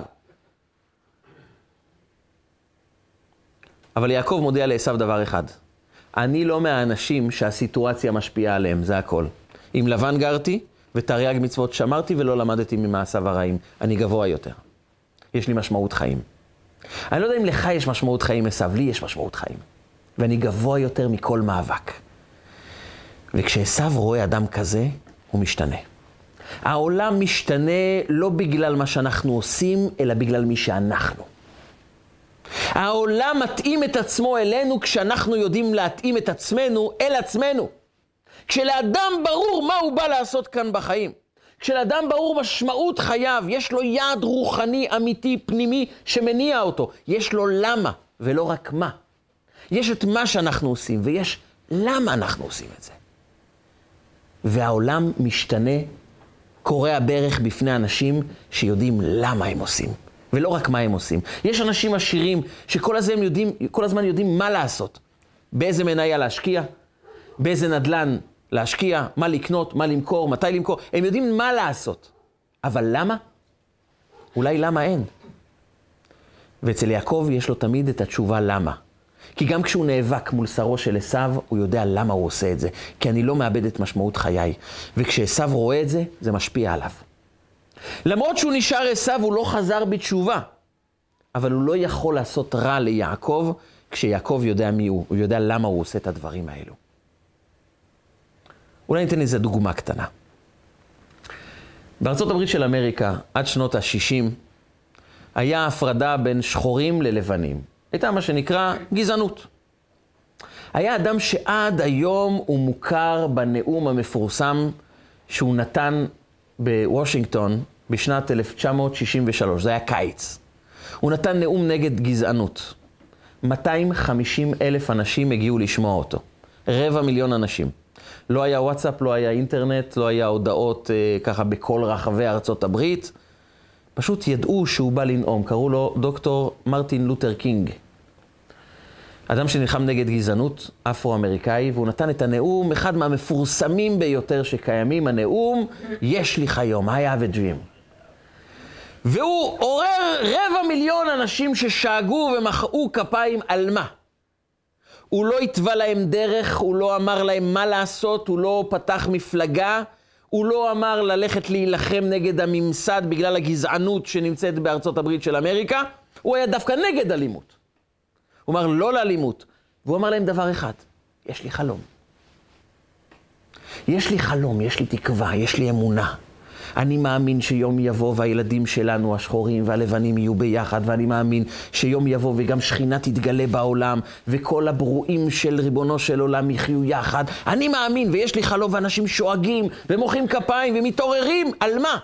אבל יעקב מודיע לעשיו דבר אחד. אני לא מהאנשים שהסיטואציה משפיעה עליהם, זה הכל. עם לבן גרתי ותרי"ג מצוות שמרתי ולא למדתי ממעשיו הרעים. אני גבוה יותר. יש לי משמעות חיים. אני לא יודע אם לך יש משמעות חיים עשיו, לי יש משמעות חיים. ואני גבוה יותר מכל מאבק. וכשעשיו רואה אדם כזה, הוא משתנה. העולם משתנה לא בגלל מה שאנחנו עושים, אלא בגלל מי שאנחנו. העולם מתאים את עצמו אלינו כשאנחנו יודעים להתאים את עצמנו אל עצמנו. כשלאדם ברור מה הוא בא לעשות כאן בחיים. כשלאדם ברור משמעות חייו, יש לו יעד רוחני, אמיתי, פנימי, שמניע אותו. יש לו למה, ולא רק מה. יש את מה שאנחנו עושים, ויש למה אנחנו עושים את זה. והעולם משתנה, קורע ברך בפני אנשים שיודעים למה הם עושים, ולא רק מה הם עושים. יש אנשים עשירים שכל הזמן יודעים, כל הזמן יודעים מה לעשות. באיזה מניה להשקיע, באיזה נדלן להשקיע, מה לקנות, מה למכור, מתי למכור. הם יודעים מה לעשות. אבל למה? אולי למה אין. ואצל יעקב יש לו תמיד את התשובה למה. כי גם כשהוא נאבק מול שרו של עשיו, הוא יודע למה הוא עושה את זה. כי אני לא מאבד את משמעות חיי. וכשעשיו רואה את זה, זה משפיע עליו. למרות שהוא נשאר עשיו, הוא לא חזר בתשובה. אבל הוא לא יכול לעשות רע ליעקב, כשיעקב יודע מי הוא. הוא יודע למה הוא עושה את הדברים האלו. אולי ניתן איזו דוגמה קטנה. בארצות הברית של אמריקה, עד שנות ה-שישים, היה הפרדה בין שחורים ללבנים. הייתה מה שנקרא גזענות. היה אדם שעד היום הוא מוכר בנאום המפורסם שהוא נתן בוושינגטון בשנת אלף תשע מאות שישים ושלוש, זה היה קיץ. הוא נתן נאום נגד גזענות. מאתיים וחמישים אלף אנשים הגיעו לשמוע אותו. רבע מיליון אנשים. לא היה וואטסאפ, לא היה אינטרנט, לא היה הודעות אה, ככה בכל רחבי ארצות הברית. פשוט ידעו שהוא בא לנאום. קראו לו דוקטור מרטין לותר קינג. אדם שנלחם נגד גזענות, אפרו-אמריקאי, והוא נתן את הנאום, אחד מהמפורסמים ביותר שקיימים, הנאום, יש לי חיים, I have a dream. והוא עורר רבע מיליון אנשים ששאגו ומחאו כפיים על מה? הוא לא התווה להם דרך, הוא לא אמר להם מה לעשות, הוא לא פתח מפלגה, הוא לא אמר ללכת להילחם נגד הממסד בגלל הגזענות שנמצאת בארצות הברית של אמריקה, הוא היה דווקא נגד אלימות. הוא אמר לא לאלימות, והוא אמר להם דבר אחד, יש לי חלום. יש לי חלום, יש לי תקווה, יש לי אמונה. אני מאמין שיום יבוא והילדים שלנו, השחורים והלבנים, יהיו ביחד, ואני מאמין שיום יבוא וגם שכינה תתגלה בעולם, וכל הברואים של ריבונו של עולם יחיו יחד. אני מאמין, ויש לי חלום, ואנשים שואגים ומוחאים כפיים ומתעוררים. על מה?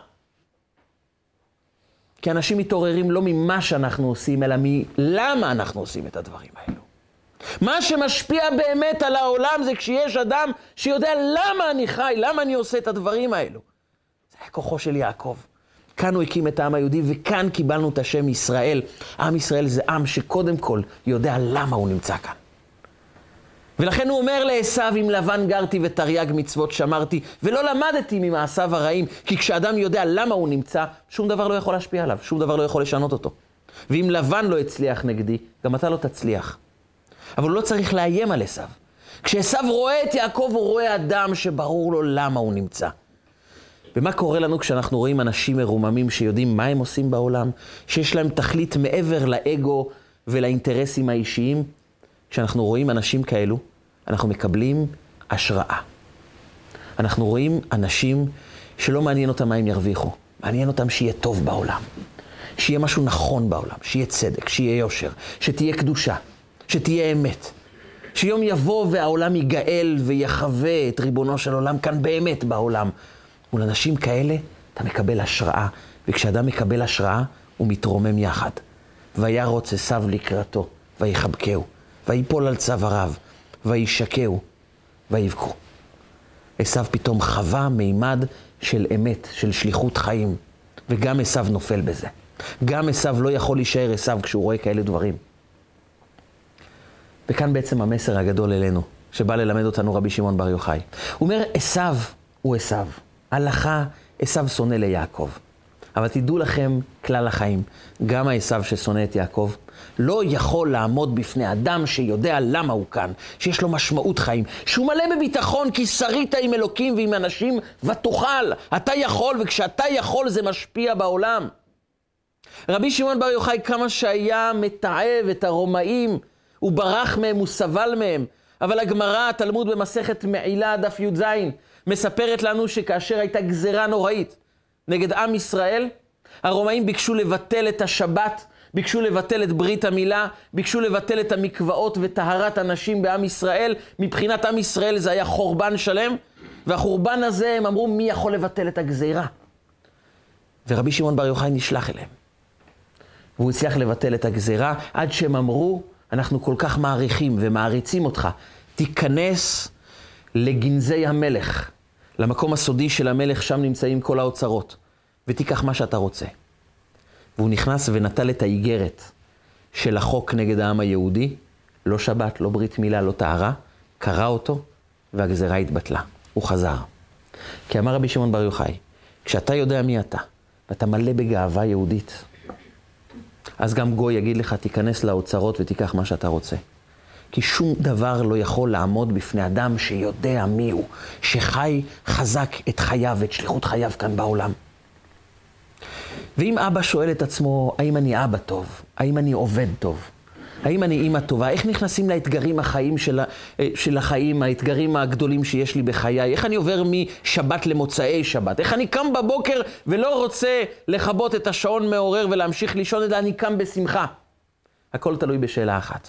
כי אנשים מתעוררים לא ממה שאנחנו עושים, אלא מלמה אנחנו עושים את הדברים האלו. מה שמשפיע באמת על העולם זה כשיש אדם שיודע למה אני חי, למה אני עושה את הדברים האלו. זה היה כוחו של יעקב. כאן הוא הקים את העם היהודי, וכאן קיבלנו את השם ישראל. עם ישראל זה עם שקודם כל יודע למה הוא נמצא כאן. ולכן הוא אומר לעשיו, עם לבן גרתי ותרי"ג מצוות שמרתי, ולא למדתי ממעשיו הרעים, כי כשאדם יודע למה הוא נמצא, שום דבר לא יכול להשפיע עליו, שום דבר לא יכול לשנות אותו. ואם לבן לא הצליח נגדי, גם אתה לא תצליח. אבל הוא לא צריך לאיים על עשיו. כשעשיו רואה את יעקב, הוא רואה אדם שברור לו למה הוא נמצא. ומה קורה לנו כשאנחנו רואים אנשים מרוממים שיודעים מה הם עושים בעולם, שיש להם תכלית מעבר לאגו ולאינטרסים האישיים? כשאנחנו רואים אנשים כאלו, אנחנו מקבלים השראה. אנחנו רואים אנשים שלא מעניין אותם מה הם ירוויחו. מעניין אותם שיהיה טוב בעולם. שיהיה משהו נכון בעולם. שיהיה צדק, שיהיה יושר, שתהיה קדושה, שתהיה אמת. שיום יבוא והעולם ייגאל ויחווה את ריבונו של עולם כאן באמת בעולם. מול אנשים כאלה אתה מקבל השראה. וכשאדם מקבל השראה הוא מתרומם יחד. וירוץ עשיו לקראתו ויחבקהו. ויפול על צוואריו, וישקהו, ויבכו. עשיו פתאום חווה מימד של אמת, של שליחות חיים. וגם עשיו נופל בזה. גם עשיו לא יכול להישאר עשיו כשהוא רואה כאלה דברים. וכאן בעצם המסר הגדול אלינו, שבא ללמד אותנו רבי שמעון בר יוחאי. הוא אומר, עשיו הוא עשיו. הלכה, עשיו שונא ליעקב. אבל תדעו לכם כלל החיים, גם העשיו ששונא את יעקב, לא יכול לעמוד בפני אדם שיודע למה הוא כאן, שיש לו משמעות חיים, שהוא מלא בביטחון כי שרית עם אלוקים ועם אנשים ותוכל. אתה יכול, וכשאתה יכול זה משפיע בעולם. רבי שמעון בר יוחאי, כמה שהיה מתעב את הרומאים, הוא ברח מהם, הוא סבל מהם. אבל הגמרא, התלמוד במסכת מעילה, דף י"ז, מספרת לנו שכאשר הייתה גזרה נוראית נגד עם ישראל, הרומאים ביקשו לבטל את השבת, ביקשו לבטל את ברית המילה, ביקשו לבטל את המקוואות וטהרת הנשים בעם ישראל. מבחינת עם ישראל זה היה חורבן שלם, והחורבן הזה הם אמרו, מי יכול לבטל את הגזירה? ורבי שמעון בר יוחאי נשלח אליהם. והוא הצליח לבטל את הגזירה, עד שהם אמרו, אנחנו כל כך מעריכים ומעריצים אותך, תיכנס לגנזי המלך, למקום הסודי של המלך, שם נמצאים כל האוצרות, ותיקח מה שאתה רוצה. והוא נכנס ונטל את האיגרת של החוק נגד העם היהודי, לא שבת, לא ברית מילה, לא טהרה, קרא אותו, והגזירה התבטלה. הוא חזר. כי אמר רבי שמעון בר יוחאי, כשאתה יודע מי אתה, ואתה מלא בגאווה יהודית, אז גם גוי יגיד לך, תיכנס לאוצרות ותיקח מה שאתה רוצה. כי שום דבר לא יכול לעמוד בפני אדם שיודע מי הוא, שחי חזק את חייו ואת שליחות חייו כאן בעולם. ואם אבא שואל את עצמו, האם אני אבא טוב? האם אני עובד טוב? האם אני אימא טובה? איך נכנסים לאתגרים החיים של, של החיים, האתגרים הגדולים שיש לי בחיי? איך אני עובר משבת למוצאי שבת? איך אני קם בבוקר ולא רוצה לכבות את השעון מעורר ולהמשיך לישון, אלא אני קם בשמחה? הכל תלוי בשאלה אחת.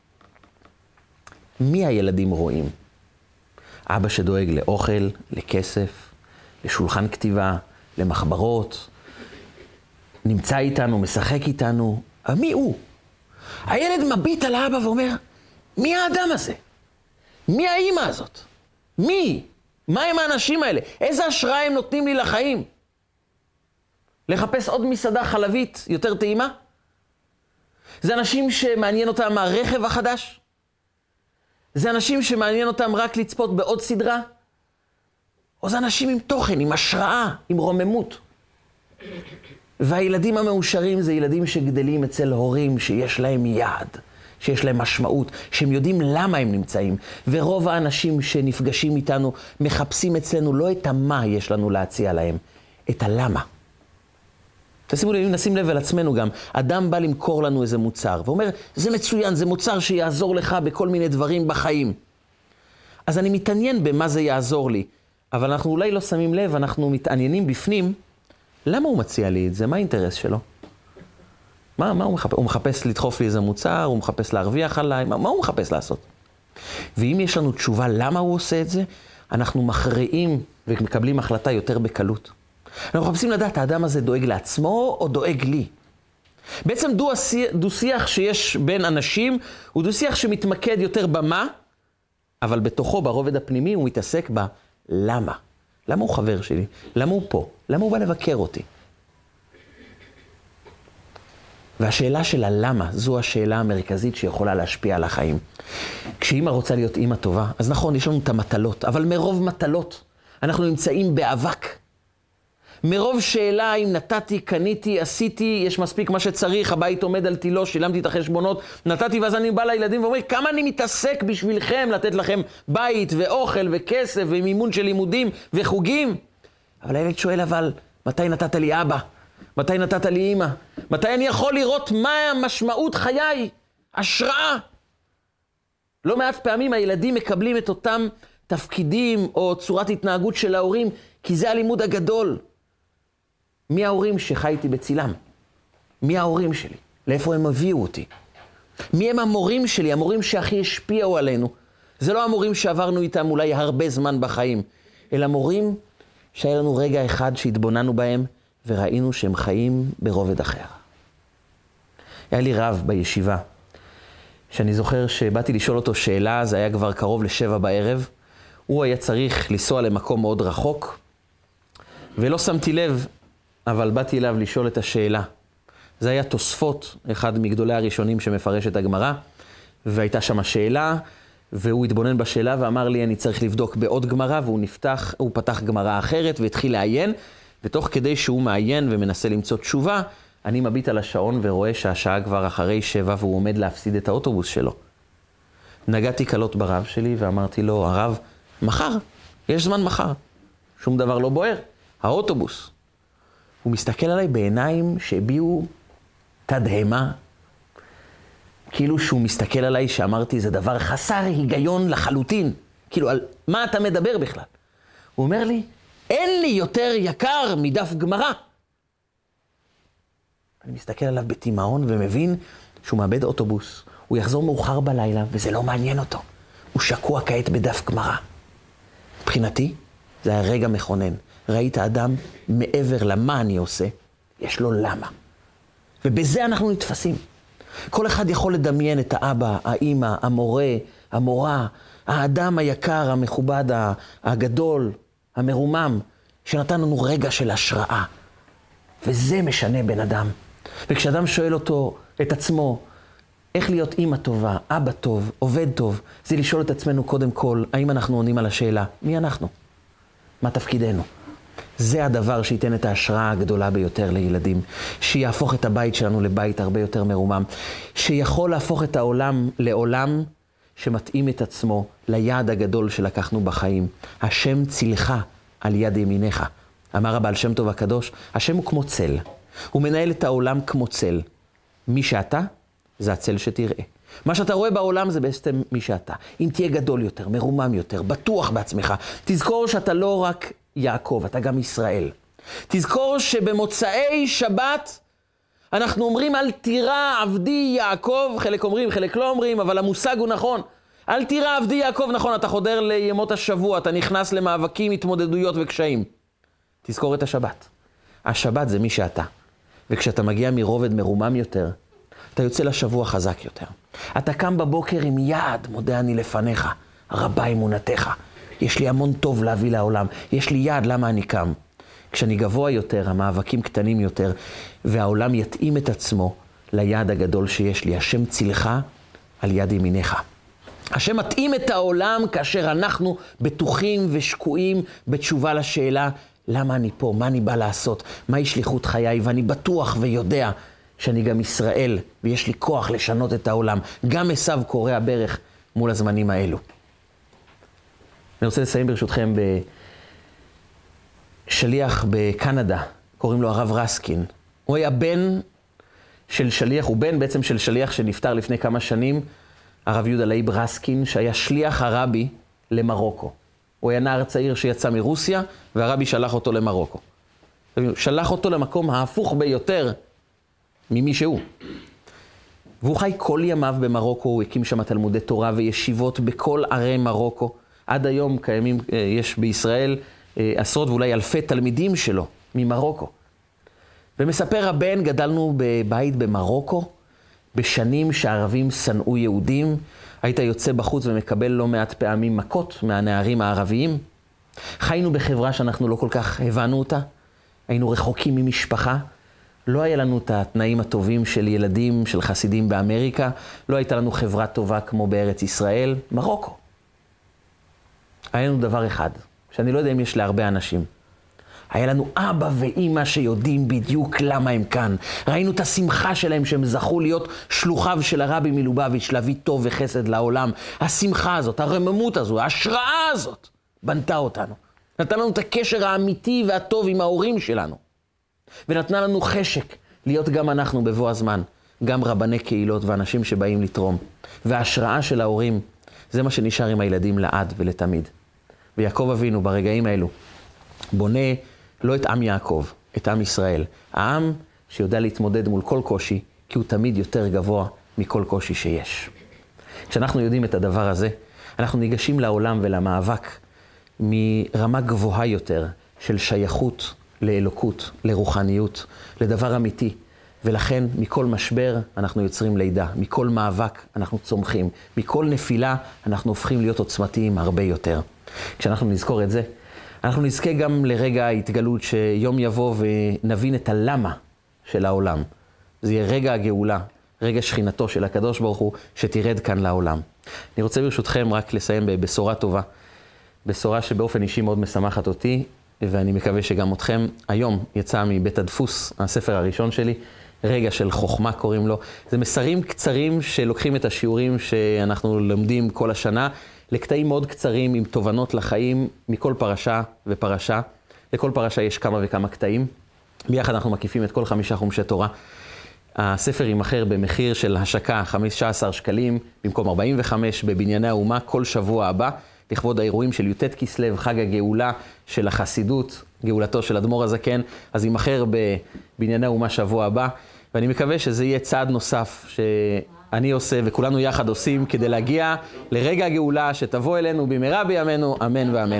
מי הילדים רואים? אבא שדואג לאוכל, לכסף, לשולחן כתיבה, למחברות, נמצא איתנו, משחק איתנו, אבל מי הוא? הילד מביט על האבא ואומר, מי האדם הזה? מי האמא הזאת? מי? מה הם האנשים האלה? איזה השראה הם נותנים לי לחיים? לחפש עוד מסעדה חלבית יותר טעימה? זה אנשים שמעניין אותם הרכב החדש? זה אנשים שמעניין אותם רק לצפות בעוד סדרה? או זה אנשים עם תוכן, עם השראה, עם רוממות? והילדים המאושרים זה ילדים שגדלים אצל הורים שיש להם יעד, שיש להם משמעות, שהם יודעים למה הם נמצאים. ורוב האנשים שנפגשים איתנו מחפשים אצלנו לא את המה יש לנו להציע להם, את הלמה. תשימו לב, נשים לב על עצמנו גם, אדם בא למכור לנו איזה מוצר, ואומר, זה מצוין, זה מוצר שיעזור לך בכל מיני דברים בחיים. אז אני מתעניין במה זה יעזור לי, אבל אנחנו אולי לא שמים לב, אנחנו מתעניינים בפנים, למה הוא מציע לי את זה? מה האינטרס שלו? מה, מה הוא מחפש? הוא מחפש לדחוף לי איזה מוצר, הוא מחפש להרוויח עליי, מה, מה הוא מחפש לעשות? ואם יש לנו תשובה למה הוא עושה את זה, אנחנו מכריעים ומקבלים החלטה יותר בקלות. אנחנו מחפשים לדעת, האדם הזה דואג לעצמו או דואג לי? בעצם דו-שיח שיש בין אנשים הוא דו-שיח שמתמקד יותר במה, אבל בתוכו, ברובד הפנימי, הוא מתעסק בלמה. למה הוא חבר שלי? למה הוא פה? למה הוא בא לבקר אותי? והשאלה של הלמה, זו השאלה המרכזית שיכולה להשפיע על החיים. כשאמא רוצה להיות אמא טובה, אז נכון, יש לנו את המטלות, אבל מרוב מטלות אנחנו נמצאים באבק. מרוב שאלה אם נתתי, קניתי, עשיתי, יש מספיק מה שצריך, הבית עומד על תילו, שילמתי את החשבונות, נתתי, ואז אני בא לילדים ואומר, כמה אני מתעסק בשבילכם לתת לכם בית ואוכל וכסף ומימון של לימודים וחוגים. אבל הילד שואל, אבל מתי נתת לי אבא? מתי נתת לי אמא? מתי אני יכול לראות מה המשמעות חיי? השראה. לא מעט פעמים הילדים מקבלים את אותם תפקידים או צורת התנהגות של ההורים, כי זה הלימוד הגדול. מי ההורים שחייתי בצילם? מי ההורים שלי? לאיפה הם הביאו אותי? מי הם המורים שלי? המורים שהכי השפיעו עלינו. זה לא המורים שעברנו איתם אולי הרבה זמן בחיים, אלא מורים שהיה לנו רגע אחד שהתבוננו בהם, וראינו שהם חיים ברובד אחר. היה לי רב בישיבה, שאני זוכר שבאתי לשאול אותו שאלה, זה היה כבר קרוב לשבע בערב, הוא היה צריך לנסוע למקום מאוד רחוק, ולא שמתי לב, אבל באתי אליו לשאול את השאלה. זה היה תוספות, אחד מגדולי הראשונים שמפרש את הגמרא, והייתה שם שאלה, והוא התבונן בשאלה ואמר לי, אני צריך לבדוק בעוד גמרא, והוא נפתח, הוא פתח גמרא אחרת והתחיל לעיין, ותוך כדי שהוא מעיין ומנסה למצוא תשובה, אני מביט על השעון ורואה שהשעה כבר אחרי שבע, והוא עומד להפסיד את האוטובוס שלו. נגעתי קלות ברב שלי ואמרתי לו, הרב, מחר, יש זמן מחר. שום דבר לא בוער, האוטובוס. הוא מסתכל עליי בעיניים שהביעו תדהמה, כאילו שהוא מסתכל עליי שאמרתי, זה דבר חסר היגיון לחלוטין. כאילו, על מה אתה מדבר בכלל? הוא אומר לי, אין לי יותר יקר מדף גמרא. אני מסתכל עליו בתימהון ומבין שהוא מאבד אוטובוס. הוא יחזור מאוחר בלילה וזה לא מעניין אותו. הוא שקוע כעת בדף גמרא. מבחינתי, זה היה רגע מכונן. ראית אדם מעבר למה אני עושה, יש לו למה. ובזה אנחנו נתפסים. כל אחד יכול לדמיין את האבא, האמא, המורה, המורה, האדם היקר, המכובד, הגדול, המרומם, שנתן לנו רגע של השראה. וזה משנה בן אדם. וכשאדם שואל אותו, את עצמו, איך להיות אמא טובה, אבא טוב, עובד טוב, זה לשאול את עצמנו קודם כל, האם אנחנו עונים על השאלה, מי אנחנו? מה תפקידנו? זה הדבר שייתן את ההשראה הגדולה ביותר לילדים, שיהפוך את הבית שלנו לבית הרבה יותר מרומם, שיכול להפוך את העולם לעולם שמתאים את עצמו ליעד הגדול שלקחנו בחיים. השם צילך על יד ימיניך. אמר הבעל שם טוב הקדוש, השם הוא כמו צל. הוא מנהל את העולם כמו צל. מי שאתה, זה הצל שתראה. מה שאתה רואה בעולם זה בעצם מי שאתה. אם תהיה גדול יותר, מרומם יותר, בטוח בעצמך, תזכור שאתה לא רק יעקב, אתה גם ישראל. תזכור שבמוצאי שבת אנחנו אומרים אל תירא עבדי יעקב, חלק אומרים, חלק לא אומרים, אבל המושג הוא נכון. אל תירא עבדי יעקב, נכון, אתה חודר לימות השבוע, אתה נכנס למאבקים, התמודדויות וקשיים. תזכור את השבת. השבת זה מי שאתה. וכשאתה מגיע מרובד מרומם יותר, אתה יוצא לשבוע חזק יותר. אתה קם בבוקר עם יעד, מודה אני לפניך, רבה אמונתך. יש לי המון טוב להביא לעולם. יש לי יעד, למה אני קם? כשאני גבוה יותר, המאבקים קטנים יותר, והעולם יתאים את עצמו ליעד הגדול שיש לי. השם צילך על יד ימיניך. השם מתאים את העולם כאשר אנחנו בטוחים ושקועים בתשובה לשאלה, למה אני פה? מה אני בא לעשות? מהי שליחות חיי? ואני בטוח ויודע שאני גם ישראל, ויש לי כוח לשנות את העולם. גם עשיו קורע ברך מול הזמנים האלו. אני רוצה לסיים ברשותכם בשליח בקנדה, קוראים לו הרב רסקין. הוא היה בן של שליח, הוא בן בעצם של שליח שנפטר לפני כמה שנים, הרב יהודה לייב רסקין, שהיה שליח הרבי למרוקו. הוא היה נער צעיר שיצא מרוסיה, והרבי שלח אותו למרוקו. שלח אותו למקום ההפוך ביותר ממי שהוא. והוא חי כל ימיו במרוקו, הוא הקים שם תלמודי תורה וישיבות בכל ערי מרוקו. עד היום קיימים, יש בישראל עשרות ואולי אלפי תלמידים שלו ממרוקו. ומספר הבן, גדלנו בבית במרוקו, בשנים שהערבים שנאו יהודים, היית יוצא בחוץ ומקבל לא מעט פעמים מכות מהנערים הערביים. חיינו בחברה שאנחנו לא כל כך הבנו אותה, היינו רחוקים ממשפחה, לא היה לנו את התנאים הטובים של ילדים, של חסידים באמריקה, לא הייתה לנו חברה טובה כמו בארץ ישראל, מרוקו. היה לנו דבר אחד, שאני לא יודע אם יש להרבה אנשים. היה לנו אבא ואימא שיודעים בדיוק למה הם כאן. ראינו את השמחה שלהם שהם זכו להיות שלוחיו של הרבי מלובביץ', להביא טוב וחסד לעולם. השמחה הזאת, הרממות הזו, ההשראה הזאת, בנתה אותנו. נתנה לנו את הקשר האמיתי והטוב עם ההורים שלנו. ונתנה לנו חשק להיות גם אנחנו בבוא הזמן, גם רבני קהילות ואנשים שבאים לתרום. וההשראה של ההורים, זה מה שנשאר עם הילדים לעד ולתמיד. ויעקב אבינו ברגעים האלו, בונה לא את עם יעקב, את עם ישראל. העם שיודע להתמודד מול כל קושי, כי הוא תמיד יותר גבוה מכל קושי שיש. כשאנחנו יודעים את הדבר הזה, אנחנו ניגשים לעולם ולמאבק מרמה גבוהה יותר של שייכות לאלוקות, לרוחניות, לדבר אמיתי. ולכן מכל משבר אנחנו יוצרים לידה, מכל מאבק אנחנו צומחים, מכל נפילה אנחנו הופכים להיות עוצמתיים הרבה יותר. כשאנחנו נזכור את זה, אנחנו נזכה גם לרגע ההתגלות שיום יבוא ונבין את הלמה של העולם. זה יהיה רגע הגאולה, רגע שכינתו של הקדוש ברוך הוא שתירד כאן לעולם. אני רוצה ברשותכם רק לסיים בבשורה טובה, בשורה שבאופן אישי מאוד משמחת אותי, ואני מקווה שגם אתכם. היום יצא מבית הדפוס, הספר הראשון שלי, רגע של חוכמה קוראים לו. זה מסרים קצרים שלוקחים את השיעורים שאנחנו לומדים כל השנה, לקטעים מאוד קצרים עם תובנות לחיים מכל פרשה ופרשה. לכל פרשה יש כמה וכמה קטעים. ביחד אנחנו מקיפים את כל חמישה חומשי תורה. הספר יימכר במחיר של השקה חמישה עשר שקלים, במקום ארבעים וחמש בבנייני האומה כל שבוע הבא, לכבוד האירועים של י"ט כסלו, חג הגאולה של החסידות, גאולתו של אדמו"ר הזקן. אז יימכר בבנייני האומה שבוע הבא, ואני מקווה שזה יהיה צעד נוסף שאני עושה וכולנו יחד עושים כדי להגיע לרגע הגאולה שתבוא אלינו במהרה בימינו, אמן ואמן.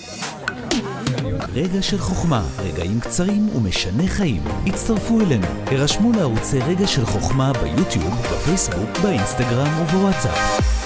רגע של חוכמה, רגעים קצרים ומשנה חיים. הצטרפו אלינו, הרשמו לערוצי רגע של חוכמה ביוטיוב, בפייסבוק, באינסטגרם ובוואטסאפ.